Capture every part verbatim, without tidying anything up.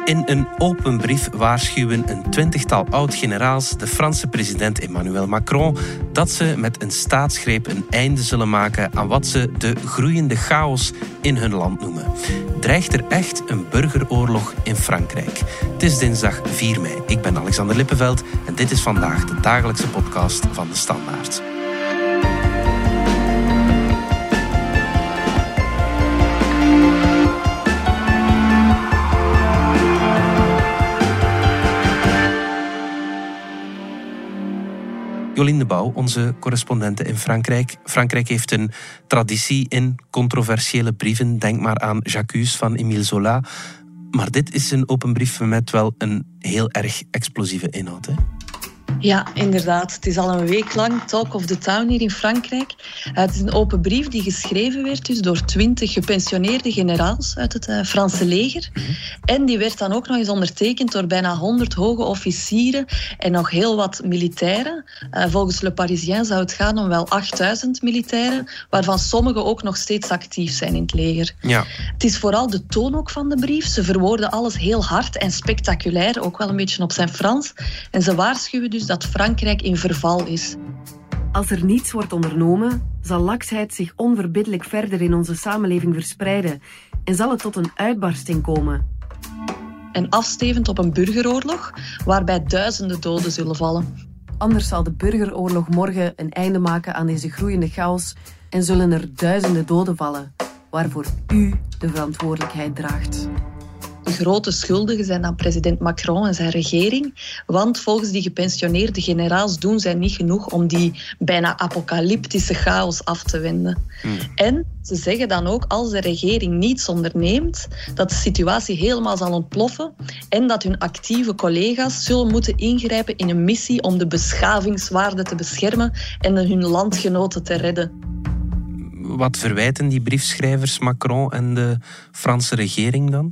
In een open brief waarschuwen een twintigtal oud-generaals de Franse president Emmanuel Macron dat ze met een staatsgreep een einde zullen maken aan wat ze de groeiende chaos in hun land noemen. Dreigt er echt een burgeroorlog in Frankrijk? Het is dinsdag vier mei. Ik ben Alexander Lippenveld en dit is vandaag de dagelijkse podcast van De Standaard. Jolien de Bouw, onze correspondente in Frankrijk. Frankrijk heeft een traditie in controversiële brieven. Denk maar aan J'accuse van Émile Zola. Maar dit is een open brief met wel een heel erg explosieve inhoud, hè? Ja, inderdaad. Het is al een week lang talk of the town hier in Frankrijk. Het is een open brief die geschreven werd dus door twintig gepensioneerde generaals uit het uh, Franse leger. Mm-hmm. En die werd dan ook nog eens ondertekend door bijna honderd hoge officieren en nog heel wat militairen. Uh, volgens Le Parisien zou het gaan om wel achtduizend militairen, waarvan sommigen ook nog steeds actief zijn in het leger. Ja. Het is vooral de toon ook van de brief. Ze verwoorden alles heel hard en spectaculair, ook wel een beetje op zijn Frans. En ze waarschuwen dus dat Frankrijk in verval is. Als er niets wordt ondernomen, zal laksheid zich onverbiddelijk verder in onze samenleving verspreiden en zal het tot een uitbarsting komen. En afstevend op een burgeroorlog, waarbij duizenden doden zullen vallen. Anders zal de burgeroorlog morgen een einde maken aan deze groeiende chaos en zullen er duizenden doden vallen, waarvoor u de verantwoordelijkheid draagt. De grote schuldigen zijn dan president Macron en zijn regering. Want volgens die gepensioneerde generaals doen zij niet genoeg om die bijna apocalyptische chaos af te wenden. Hmm. En ze zeggen dan ook, als de regering niets onderneemt, dat de situatie helemaal zal ontploffen en dat hun actieve collega's zullen moeten ingrijpen in een missie om de beschavingswaarden te beschermen en hun landgenoten te redden. Wat verwijten die briefschrijvers Macron en de Franse regering dan?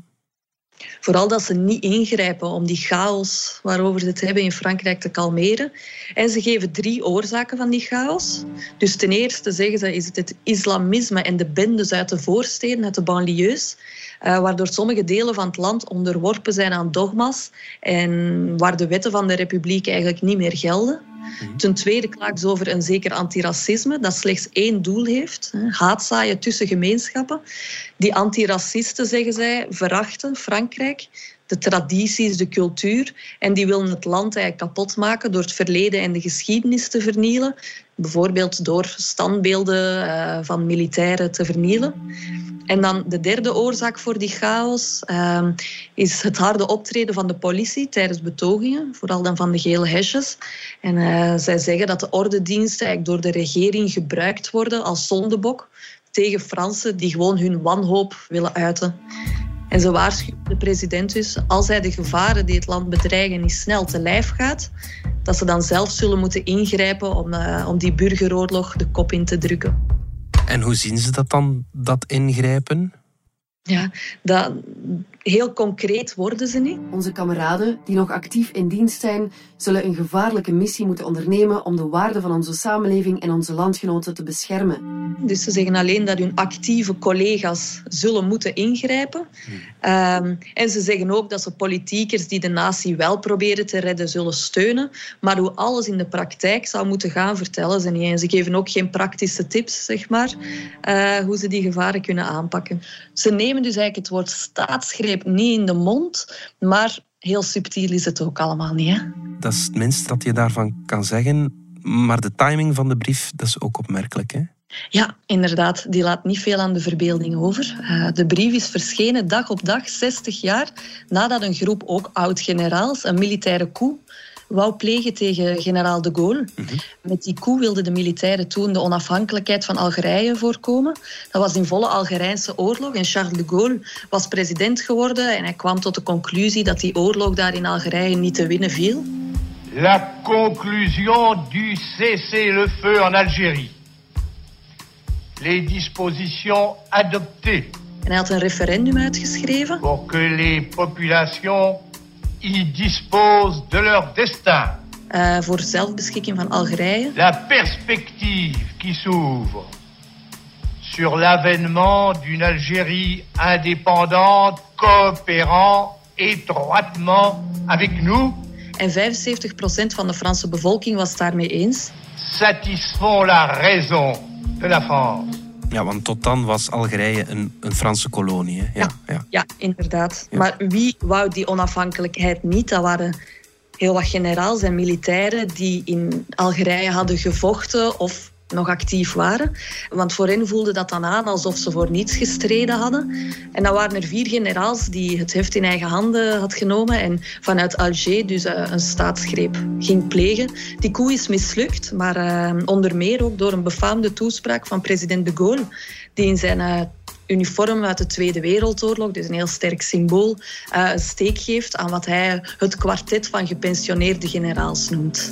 Vooral dat ze niet ingrijpen om die chaos waarover ze het hebben in Frankrijk te kalmeren. En ze geven drie oorzaken van die chaos. Dus ten eerste zeggen ze is het het islamisme en de bendes uit de voorsteden, uit de banlieues, uh, waardoor sommige delen van het land onderworpen zijn aan dogma's en waar de wetten van de republiek eigenlijk niet meer gelden. Ten tweede klaagt ze over een zeker antiracisme dat slechts één doel heeft. Haatzaaien tussen gemeenschappen. Die antiracisten, zeggen zij, verachten Frankrijk, de tradities, de cultuur. En die willen het land eigenlijk kapot maken door het verleden en de geschiedenis te vernielen. Bijvoorbeeld door standbeelden uh, van militairen te vernielen. En dan de derde oorzaak voor die chaos uh, is het harde optreden van de politie tijdens betogingen, vooral dan van de gele hesjes. En uh, zij zeggen dat de ordediensten eigenlijk door de regering gebruikt worden als zondebok tegen Fransen die gewoon hun wanhoop willen uiten. En ze waarschuwen de president dus, als hij de gevaren die het land bedreigen niet snel te lijf gaat, dat ze dan zelf zullen moeten ingrijpen om, uh, om die burgeroorlog de kop in te drukken. En hoe zien ze dat dan, dat ingrijpen? Ja, dat, heel concreet worden ze niet. Onze kameraden, die nog actief in dienst zijn, zullen een gevaarlijke missie moeten ondernemen om de waarden van onze samenleving en onze landgenoten te beschermen. Dus ze zeggen alleen dat hun actieve collega's zullen moeten ingrijpen. Hmm. Um, en ze zeggen ook dat ze politiekers die de natie wel proberen te redden zullen steunen. Maar hoe alles in de praktijk zou moeten gaan, vertellen ze niet. En ze geven ook geen praktische tips, zeg maar, uh, hoe ze die gevaren kunnen aanpakken. Ze nemen dus eigenlijk het woord staatsgreep niet in de mond, maar heel subtiel is het ook allemaal niet. Hè? Dat is het minste dat je daarvan kan zeggen. Maar de timing van de brief, dat is ook opmerkelijk, hè? Ja, inderdaad. Die laat niet veel aan de verbeelding over. Uh, de brief is verschenen dag op dag, zestig jaar, nadat een groep ook oud-generaals een militaire coup wou plegen tegen generaal de Gaulle. Mm-hmm. Met die coup wilden de militairen toen de onafhankelijkheid van Algerije voorkomen. Dat was in volle Algerijnse oorlog en Charles de Gaulle was president geworden en hij kwam tot de conclusie dat die oorlog daar in Algerije niet te winnen viel. La conclusion du cessez-le-feu en Algérie. Les dispositions adoptées. En hij had een referendum uitgeschreven. Pour que les populations y disposent de leur destin. Uh, voor zelfbeschikking van Algerije. La perspective qui s'ouvre sur l'avènement d'une Algérie indépendante, coopérant étroitement avec nous. En vijfenzeventig procent van de Franse bevolking was het daarmee eens. Satisfont la raison de la France. Ja, want tot dan was Algerije een, een Franse kolonie. Hè? Ja, ja. Ja. ja, inderdaad. Ja. Maar wie wou die onafhankelijkheid niet? Dat waren heel wat generaals en militairen die in Algerije hadden gevochten of nog actief waren. Want voor hen voelde dat dan aan alsof ze voor niets gestreden hadden. En dan waren er vier generaals die het heft in eigen handen had genomen en vanuit Alger dus uh, een staatsgreep ging plegen. Die coup is mislukt, maar uh, onder meer ook door een befaamde toespraak van president de Gaulle, die in zijn uh, uniform uit de Tweede Wereldoorlog, dus een heel sterk symbool, uh, een steek geeft aan wat hij het kwartet van gepensioneerde generaals noemt.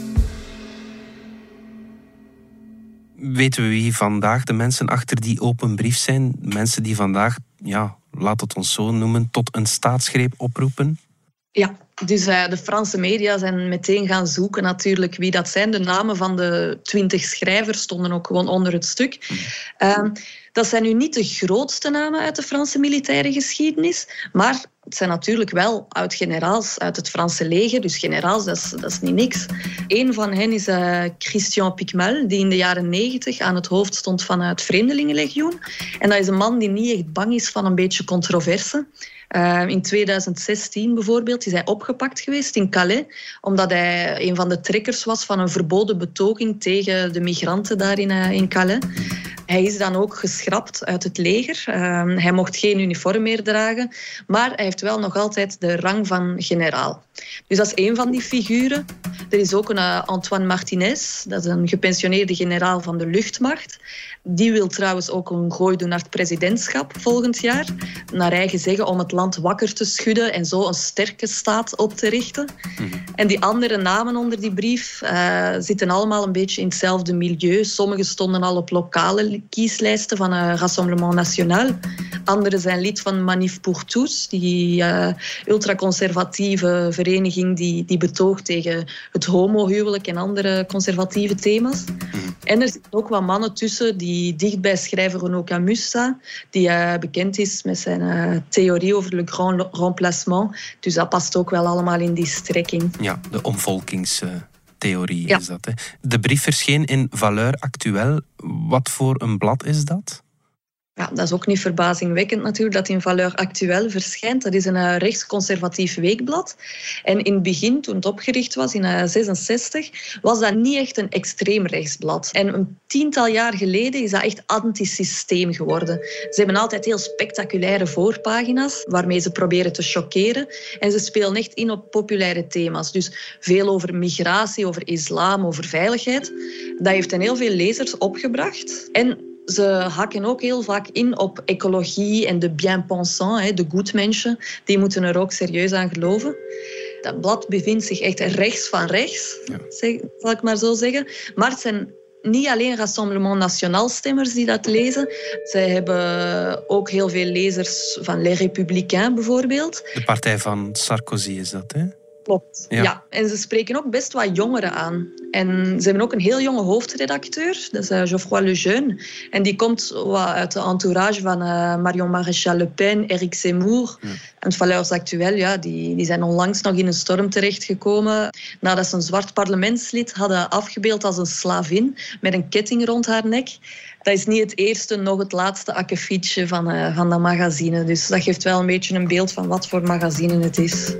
Weten we wie vandaag de mensen achter die open brief zijn? Mensen die vandaag, ja, laat het ons zo noemen, tot een staatsgreep oproepen? Ja, dus uh, de Franse media zijn meteen gaan zoeken natuurlijk wie dat zijn. De namen van de twintig schrijvers stonden ook gewoon onder het stuk. Uh, dat zijn nu niet de grootste namen uit de Franse militaire geschiedenis, maar het zijn natuurlijk wel oud-generaals uit het Franse leger. Dus generaals, dat is, dat is niet niks. Eén van hen is uh, Christian Picmal, die in de jaren negentig aan het hoofd stond van het Vreemdelingenlegioen. En dat is een man die niet echt bang is van een beetje controverse. Uh, in tweeduizend zestien bijvoorbeeld is hij opgepakt geweest in Calais, omdat hij een van de trekkers was van een verboden betoging tegen de migranten daar in, uh, in Calais. Hij is dan ook geschrapt uit het leger. Uh, hij mocht geen uniform meer dragen, maar hij heeft wel nog altijd de rang van generaal. Dus dat is één van die figuren. Er is ook een uh, Antoine Martinez, dat is een gepensioneerde generaal van de luchtmacht. Die wil trouwens ook een gooi doen naar het presidentschap volgend jaar. Naar eigen zeggen om het land wakker te schudden en zo een sterke staat op te richten. Mm-hmm. En die andere namen onder die brief uh, zitten allemaal een beetje in hetzelfde milieu. Sommigen stonden al op lokale kieslijsten van uh, Rassemblement National. Anderen zijn lid van Manif pour tous, die uh, ultraconservatieve vereniging die, die betoogt tegen het homohuwelijk en andere conservatieve thema's. Mm-hmm. En er zitten ook wat mannen tussen die dicht bij schrijver Renaud Camus staan, die uh, bekend is met zijn uh, theorie over le grand remplacement. Dus dat past ook wel allemaal in die strekking. Ja, de omvolkingstheorie ja. is dat. Hè. De brief verscheen in Valeur Actuel. Wat voor een blad is dat? Ja, dat is ook niet verbazingwekkend natuurlijk dat in Valeur Actuel verschijnt. Dat is een uh, rechtsconservatief weekblad. En in het begin, toen het opgericht was, in negentien zesenzestig, was dat niet echt een extreem rechtsblad. En een tiental jaar geleden is dat echt antisysteem geworden. Ze hebben altijd heel spectaculaire voorpagina's, waarmee ze proberen te choqueren. En ze spelen echt in op populaire thema's. Dus veel over migratie, over islam, over veiligheid. Dat heeft hen heel veel lezers opgebracht. En ze hakken ook heel vaak in op ecologie en de bien-pensants, de goedmensen. Die moeten er ook serieus aan geloven. Dat blad bevindt zich echt rechts van rechts, ja. zeg, zal ik maar zo zeggen. Maar het zijn niet alleen Rassemblement National stemmers die dat lezen. Zij hebben ook heel veel lezers van Les Républicains bijvoorbeeld. De partij van Sarkozy is dat, hè? Klopt, ja. ja. En ze spreken ook best wat jongeren aan. En ze hebben ook een heel jonge hoofdredacteur, dat is uh, Geoffroy Lejeune. En die komt wat uit de entourage van uh, Marion Maréchal Le Pen, Éric Zemmour. Ja. En Valeurs Actuel, ja, die, die zijn onlangs nog in een storm terechtgekomen nadat ze een zwart parlementslid hadden afgebeeld als een slavin met een ketting rond haar nek. Dat is niet het eerste, nog het laatste akkefietje van, uh, van dat magazine. Dus dat geeft wel een beetje een beeld van wat voor magazine het is.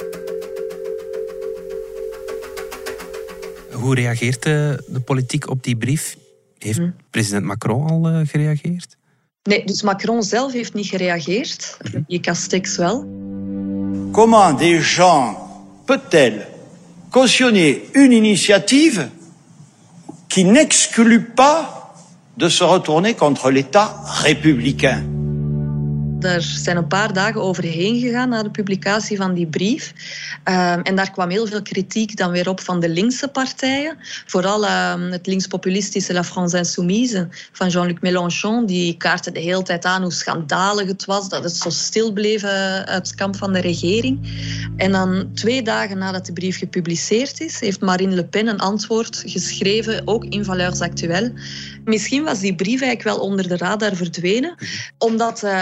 Hoe reageert de, de politiek op die brief? Heeft hmm. president Macron al uh, gereageerd? Nee, dus Macron zelf heeft niet gereageerd. Mm-hmm. Je Castex wel. Comment des gens peut-elle cautionner une initiative qui n'exclut pas de se retourner contre l'État républicain? Er zijn een paar dagen overheen gegaan na de publicatie van die brief. Um, en daar kwam heel veel kritiek dan weer op van de linkse partijen. Vooral um, het linkspopulistische La France Insoumise van Jean-Luc Mélenchon. Die kaartte de hele tijd aan hoe schandalig het was dat het zo stil bleef uh, uit het kamp van de regering. En dan twee dagen nadat de brief gepubliceerd is, heeft Marine Le Pen een antwoord geschreven, ook in Valeurs Actuel. Misschien was die brief eigenlijk wel onder de radar verdwenen, omdat uh, Le Pen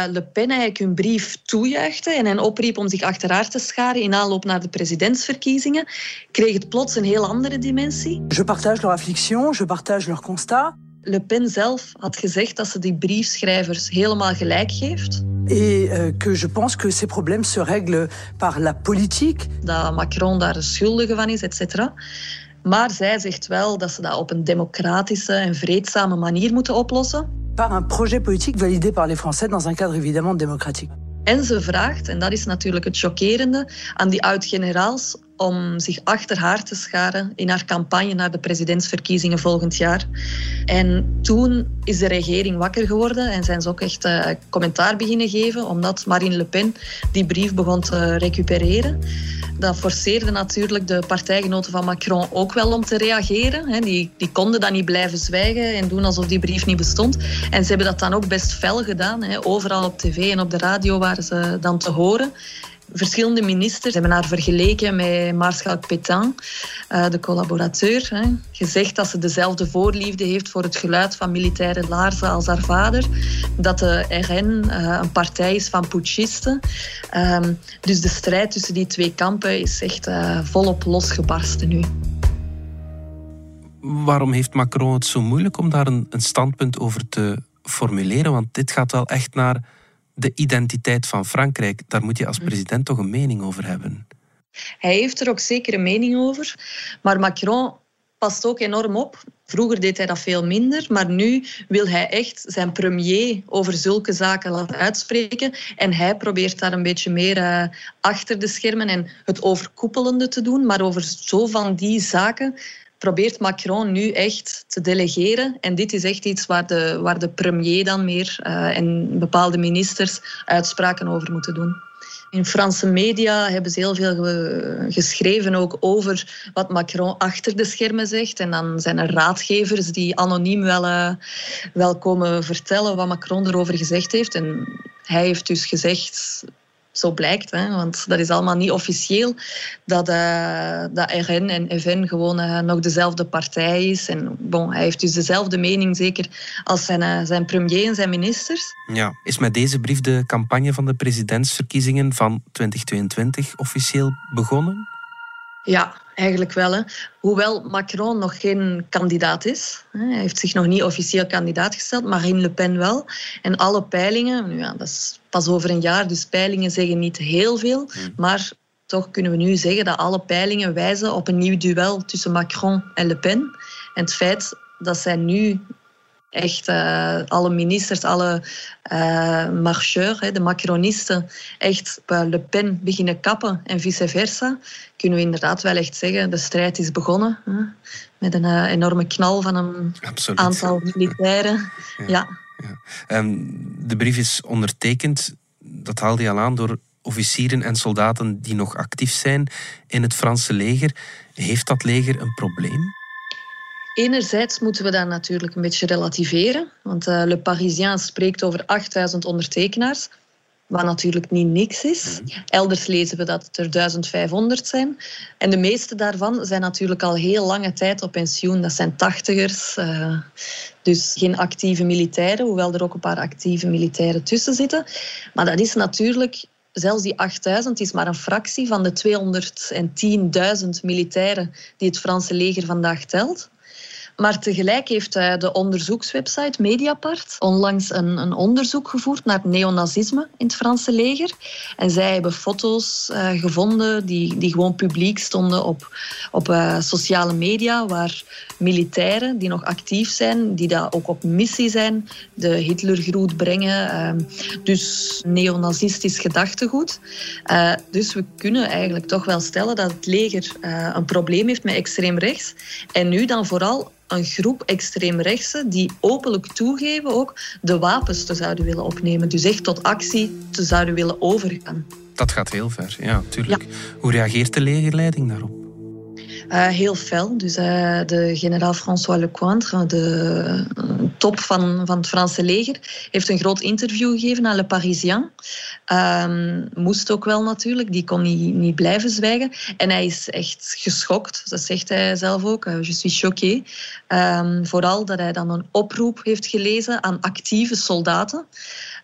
Pen eigenlijk hun brief toejuichte en hen opriep om zich achter haar te scharen in aanloop naar de presidentsverkiezingen, kreeg het plots een heel andere dimensie. Je partage leur affliction, je partage leur constat. Le Pen zelf had gezegd dat ze die briefschrijvers helemaal gelijk geeft. Et euh, que je pense que ces problèmes se règlent par la politique. Dat Macron daar de schuldige van is, et cetera. Maar zij zegt wel dat ze dat op een democratische en vreedzame manier moeten oplossen. Par un projet politique validé par les Français dans un cadre évidemment démocratique. En ze vraagt, en dat is natuurlijk het chockerende, aan die oud-generaals om zich achter haar te scharen in haar campagne naar de presidentsverkiezingen volgend jaar. En toen is de regering wakker geworden en zijn ze ook echt uh, commentaar beginnen geven, omdat Marine Le Pen die brief begon te recupereren. Dat forceerde natuurlijk de partijgenoten van Macron ook wel om te reageren. Die, die konden dan niet blijven zwijgen en doen alsof die brief niet bestond. En ze hebben dat dan ook best fel gedaan. Overal op tv en op de radio waren ze dan te horen. Verschillende ministers hebben haar vergeleken met Maarschalk Pétain, de collaborateur. Gezegd dat ze dezelfde voorliefde heeft voor het geluid van militaire laarzen als haar vader. Dat de R N een partij is van putschisten. Dus de strijd tussen die twee kampen is echt volop losgebarsten nu. Waarom heeft Macron het zo moeilijk om daar een, een standpunt over te formuleren? Want dit gaat wel echt naar de identiteit van Frankrijk. Daar moet je als president toch een mening over hebben. Hij heeft er ook zeker een mening over. Maar Macron past ook enorm op. Vroeger deed hij dat veel minder, maar nu wil hij echt zijn premier over zulke zaken laten uitspreken. En hij probeert daar een beetje meer uh, achter de schermen en het overkoepelende te doen. Maar over zo van die zaken probeert Macron nu echt te delegeren. En dit is echt iets waar de, waar de premier dan meer uh, en bepaalde ministers uitspraken over moeten doen. In Franse media hebben ze heel veel ge- geschreven ook over wat Macron achter de schermen zegt. En dan zijn er raadgevers die anoniem wel, uh, wel komen vertellen wat Macron erover gezegd heeft. En hij heeft dus gezegd, zo blijkt, hè, want dat is allemaal niet officieel, dat, uh, dat R N en F N gewoon uh, nog dezelfde partij is. En bon, hij heeft dus dezelfde mening zeker als zijn, uh, zijn premier en zijn ministers. Ja. Is met deze brief de campagne van de presidentsverkiezingen van twintig tweeëntwintig officieel begonnen? Ja, eigenlijk wel. Hè. Hoewel Macron nog geen kandidaat is. Hij heeft zich nog niet officieel kandidaat gesteld, Marine Le Pen wel. En alle peilingen, ja, dat is pas over een jaar, dus peilingen zeggen niet heel veel. Hmm. Maar toch kunnen we nu zeggen dat alle peilingen wijzen op een nieuw duel tussen Macron en Le Pen. En het feit dat zij nu echt uh, alle ministers, alle uh, marcheurs, hè, de macronisten, echt bij Le Pen beginnen kappen en vice versa, kunnen we inderdaad wel echt zeggen, de strijd is begonnen. Hè, met een uh, enorme knal van een Absoluut. aantal militairen. Ja. Ja. Ja. Um, de brief is ondertekend, dat haalde je al aan, door officieren en soldaten die nog actief zijn in het Franse leger. Heeft dat leger een probleem? Enerzijds moeten we dat natuurlijk een beetje relativeren. Want uh, Le Parisien spreekt over achtduizend ondertekenaars. Wat natuurlijk niet niks is. Elders lezen we dat het er duizend vijfhonderd zijn. En de meeste daarvan zijn natuurlijk al heel lange tijd op pensioen. Dat zijn tachtigers. Uh, dus geen actieve militairen. Hoewel er ook een paar actieve militairen tussen zitten. Maar dat is natuurlijk... Zelfs die achtduizend is maar een fractie van de tweehonderdtienduizend militairen die het Franse leger vandaag telt. Maar tegelijk heeft de onderzoekswebsite Mediapart onlangs een, een onderzoek gevoerd naar het neonazisme in het Franse leger. En zij hebben foto's uh, gevonden die, die gewoon publiek stonden op, op uh, sociale media, waar militairen die nog actief zijn, die daar ook op missie zijn, de Hitlergroet brengen. Uh, dus neonazistisch gedachtegoed. Uh, dus we kunnen eigenlijk toch wel stellen dat het leger uh, een probleem heeft met extreem rechts. En nu dan vooral een groep extreemrechtsen die openlijk toegeven ook de wapens te zouden willen opnemen. Dus echt tot actie te zouden willen overgaan. Dat gaat heel ver, ja, tuurlijk. Ja. Hoe reageert de legerleiding daarop? Uh, heel fel. Dus uh, de generaal François Lecointre, de uh, top van, van het Franse leger, heeft een groot interview gegeven aan Le Parisien. Um, moest ook wel natuurlijk, die kon niet, niet blijven zwijgen. En hij is echt geschokt, dat zegt hij zelf ook. Uh, je suis choqué. Um, vooral dat hij dan een oproep heeft gelezen aan actieve soldaten.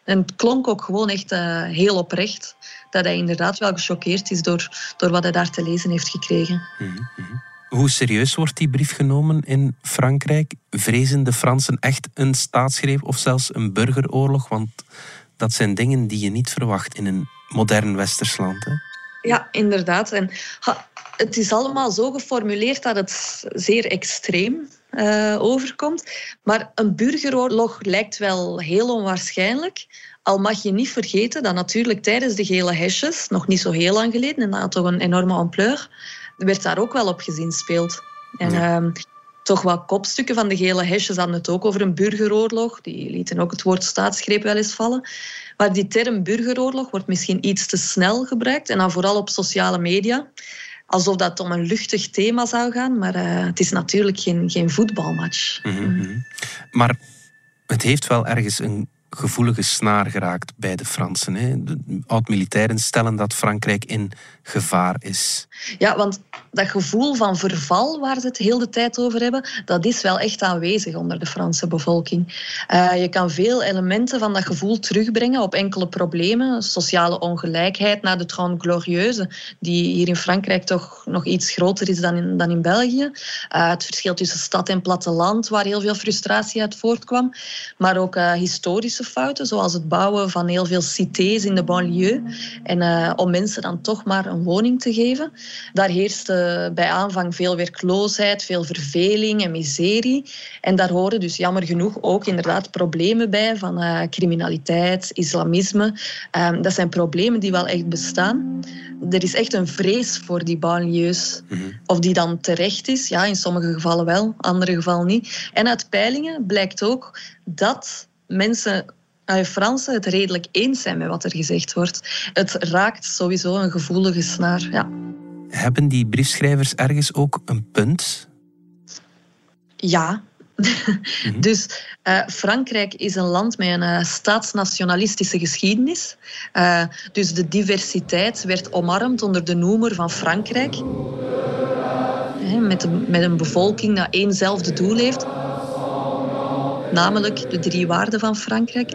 En het klonk ook gewoon echt uh, heel oprecht dat hij inderdaad wel gechoqueerd is door, door wat hij daar te lezen heeft gekregen. Mm-hmm. Hoe serieus wordt die brief genomen in Frankrijk? Vrezen de Fransen echt een staatsgreep of zelfs een burgeroorlog? Want dat zijn dingen die je niet verwacht in een modern westers land, hè? Ja, inderdaad. En ha, het is allemaal zo geformuleerd dat het zeer extreem uh, overkomt. Maar een burgeroorlog lijkt wel heel onwaarschijnlijk. Al mag je niet vergeten dat natuurlijk tijdens de gele hesjes, nog niet zo heel lang geleden, en dat had toch een enorme ampleur, werd daar ook wel op gezinspeeld. En ja. uh, toch wat kopstukken van de gele hesjes hadden het ook over een burgeroorlog. Die lieten ook het woord staatsgreep wel eens vallen. Maar die term burgeroorlog wordt misschien iets te snel gebruikt. En dan vooral op sociale media. Alsof dat om een luchtig thema zou gaan. Maar uh, het is natuurlijk geen, geen voetbalmatch. Mm-hmm. Maar het heeft wel ergens een gevoelige snaar geraakt bij de Fransen. Hè? De oud-militairen stellen dat Frankrijk in gevaar is. Ja, want dat gevoel van verval waar ze het heel de tijd over hebben, dat is wel echt aanwezig onder de Franse bevolking. Uh, je kan veel elementen van dat gevoel terugbrengen op enkele problemen. Sociale ongelijkheid na de Trente Glorieuze, die hier in Frankrijk toch nog iets groter is dan in, dan in België. Uh, het verschil tussen stad en platteland, waar heel veel frustratie uit voortkwam. Maar ook uh, historische fouten, zoals het bouwen van heel veel cités in de banlieue. En uh, om mensen dan toch maar een woning te geven. Daar heerste bij aanvang veel werkloosheid, veel verveling en miserie. En daar horen dus jammer genoeg ook inderdaad problemen bij van uh, criminaliteit, islamisme. Um, dat zijn problemen die wel echt bestaan. Er is echt een vrees voor die banlieues. Mm-hmm. Of die dan terecht is, ja, in sommige gevallen wel, in andere gevallen niet. En uit peilingen blijkt ook dat mensen uit Fransen het redelijk eens zijn met wat er gezegd wordt. Het raakt sowieso een gevoelige snaar, ja. Hebben die briefschrijvers ergens ook een punt? Ja. Mm-hmm. Dus uh, Frankrijk is een land met een uh, staatsnationalistische geschiedenis. Uh, dus de diversiteit werd omarmd onder de noemer van Frankrijk. Uh, met, een, met een bevolking dat éénzelfde doel heeft. Namelijk de drie waarden van Frankrijk.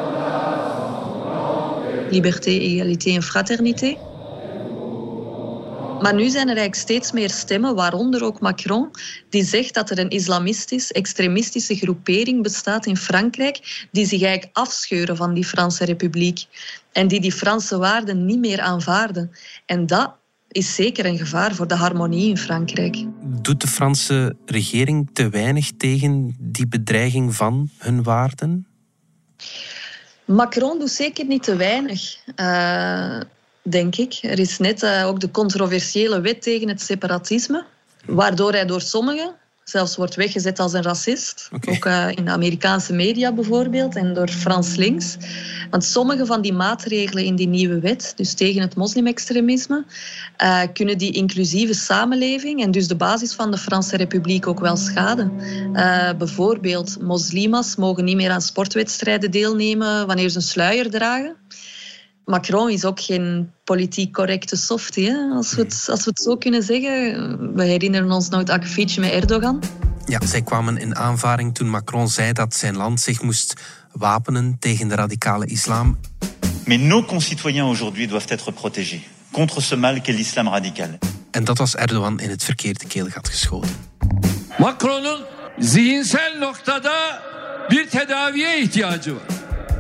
Liberté, égalité en fraternité. Maar nu zijn er eigenlijk steeds meer stemmen, waaronder ook Macron, die zegt dat er een islamistisch, extremistische groepering bestaat in Frankrijk die zich eigenlijk afscheuren van die Franse Republiek en die die Franse waarden niet meer aanvaarden. En dat is zeker een gevaar voor de harmonie in Frankrijk. Doet de Franse regering te weinig tegen die bedreiging van hun waarden? Macron doet zeker niet te weinig, uh, denk ik. Er is net uh, ook de controversiële wet tegen het separatisme, waardoor hij door sommigen zelfs wordt weggezet als een racist. Okay. Ook uh, in de Amerikaanse media bijvoorbeeld en door Frans Links. Want sommige van die maatregelen in die nieuwe wet, dus tegen het moslimextremisme, uh, kunnen die inclusieve samenleving en dus de basis van de Franse Republiek ook wel schaden. Uh, bijvoorbeeld, moslima's mogen niet meer aan sportwedstrijden deelnemen wanneer ze een sluier dragen. Macron is ook geen politiek correcte softie, hè? Als, we het, als we het zo kunnen zeggen. We herinneren ons nog het akkefietje met Erdogan. Ja, zij kwamen in aanvaring toen Macron zei dat zijn land zich moest wapenen tegen de radicale islam. Mais nos concitoyens aujourd'hui doivent être protégés contre ce mal qu'est l'islam radical. En dat was Erdogan in het verkeerde keelgat geschoten. Macron'un zihinsel noktada bir tedaviye ihtiyacı var.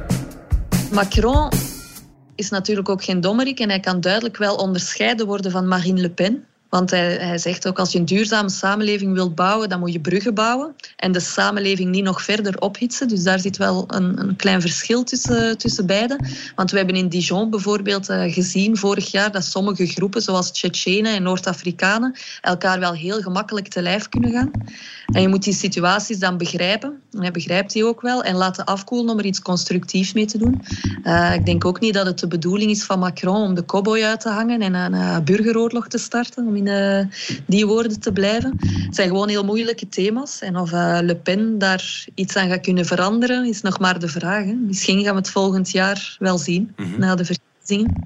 Macron is natuurlijk ook geen dommerik en hij kan duidelijk wel onderscheiden worden van Marine Le Pen. Want hij, hij zegt ook, als je een duurzame samenleving wilt bouwen, dan moet je bruggen bouwen en de samenleving niet nog verder ophitsen. Dus daar zit wel een, een klein verschil tussen, tussen beiden. Want we hebben in Dijon bijvoorbeeld uh, gezien vorig jaar dat sommige groepen, zoals Tsjetsjenen en Noord-Afrikanen, elkaar wel heel gemakkelijk te lijf kunnen gaan. En je moet die situaties dan begrijpen. En hij begrijpt die ook wel. En laten afkoelen om er iets constructiefs mee te doen. Uh, ik denk ook niet dat het de bedoeling is van Macron om de cowboy uit te hangen en een uh, burgeroorlog te starten, om in uh, die woorden te blijven. Het zijn gewoon heel moeilijke thema's. En of uh, Le Pen daar iets aan gaat kunnen veranderen, is nog maar de vraag. Hè. Misschien gaan we het volgend jaar wel zien, mm-hmm. na de verkiezingen.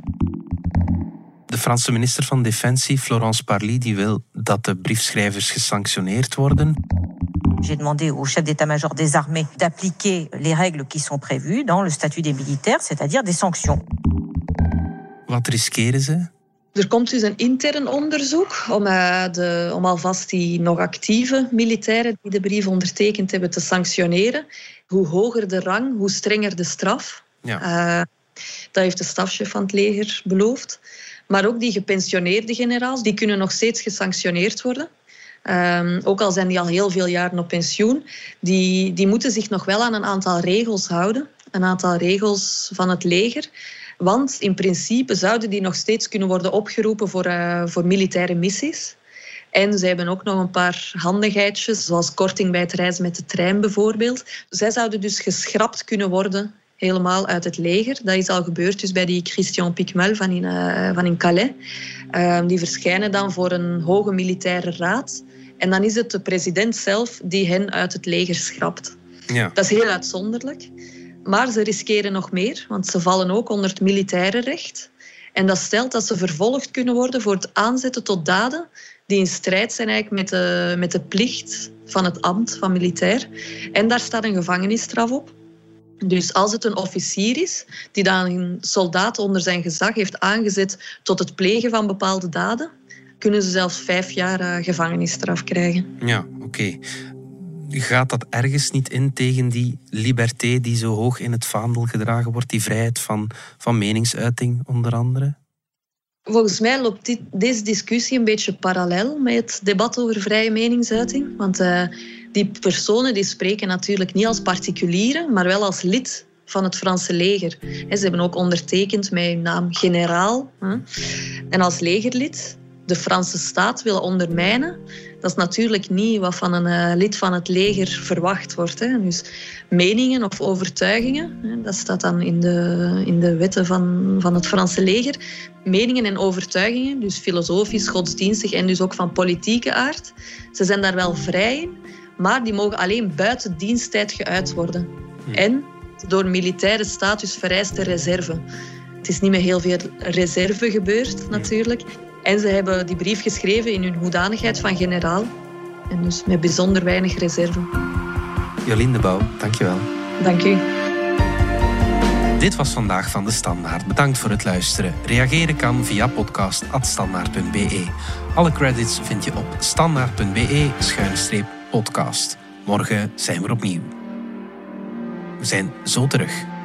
De Franse minister van Defensie, Florence Parly, die wil dat de briefschrijvers gesanctioneerd worden. J'ai demandé au chef d'état-major des armées d'appliquer les règles qui sont prévues dans le statut des militaires, c'est-à-dire des sanctions. Wat riskeren ze? Er komt dus een intern onderzoek om, uh, de, om alvast die nog actieve militairen die de brief ondertekend hebben te sanctioneren. Hoe hoger de rang, hoe strenger de straf. Ja. Uh, dat heeft de stafchef van het leger beloofd. Maar ook die gepensioneerde generaals, die kunnen nog steeds gesanctioneerd worden. Um, ook al zijn die al heel veel jaren op pensioen. Die, die moeten zich nog wel aan een aantal regels houden. Een aantal regels van het leger. Want in principe zouden die nog steeds kunnen worden opgeroepen voor, uh, voor militaire missies. En ze hebben ook nog een paar handigheidjes, zoals korting bij het reizen met de trein bijvoorbeeld. Zij zouden dus geschrapt kunnen worden, helemaal uit het leger. Dat is al gebeurd dus bij die Christian Picmel van in, uh, van in Calais. Uh, die verschijnen dan voor een hoge militaire raad. En dan is het de president zelf die hen uit het leger schrapt. Ja. Dat is heel uitzonderlijk. Maar ze riskeren nog meer, want ze vallen ook onder het militaire recht. En dat stelt dat ze vervolgd kunnen worden voor het aanzetten tot daden die in strijd zijn eigenlijk met de, met de plicht van het ambt van militair. En daar staat een gevangenisstraf op. Dus als het een officier is die dan een soldaat onder zijn gezag heeft aangezet tot het plegen van bepaalde daden, kunnen ze zelfs vijf jaar uh, gevangenisstraf krijgen. Ja, oké. Okay. Gaat dat ergens niet in tegen die liberté die zo hoog in het vaandel gedragen wordt, die vrijheid van, van meningsuiting onder andere? Volgens mij loopt dit, deze discussie een beetje parallel met het debat over vrije meningsuiting. Want uh, die personen die spreken natuurlijk niet als particulieren, maar wel als lid van het Franse leger. Ze hebben ook ondertekend met hun naam generaal. En als legerlid de Franse staat willen ondermijnen, dat is natuurlijk niet wat van een uh, lid van het leger verwacht wordt. Hè. Dus meningen of overtuigingen, hè, dat staat dan in de, in de wetten van, van het Franse leger. Meningen en overtuigingen, dus filosofisch, godsdienstig en dus ook van politieke aard. Ze zijn daar wel vrij in, maar die mogen alleen buiten diensttijd geuit worden. Hm. En door militaire status vereiste reserve. Het is niet meer heel veel reserve gebeurd, natuurlijk. En ze hebben die brief geschreven in hun hoedanigheid van generaal. En dus met bijzonder weinig reserve. Jolien de Bouw, dankjewel. Dank u. Dit was Vandaag van de Standaard. Bedankt voor het luisteren. Reageren kan via podcast at standaard punt b e. Alle credits vind je op standaard punt b e schuine podcast. Morgen zijn we opnieuw. We zijn zo terug.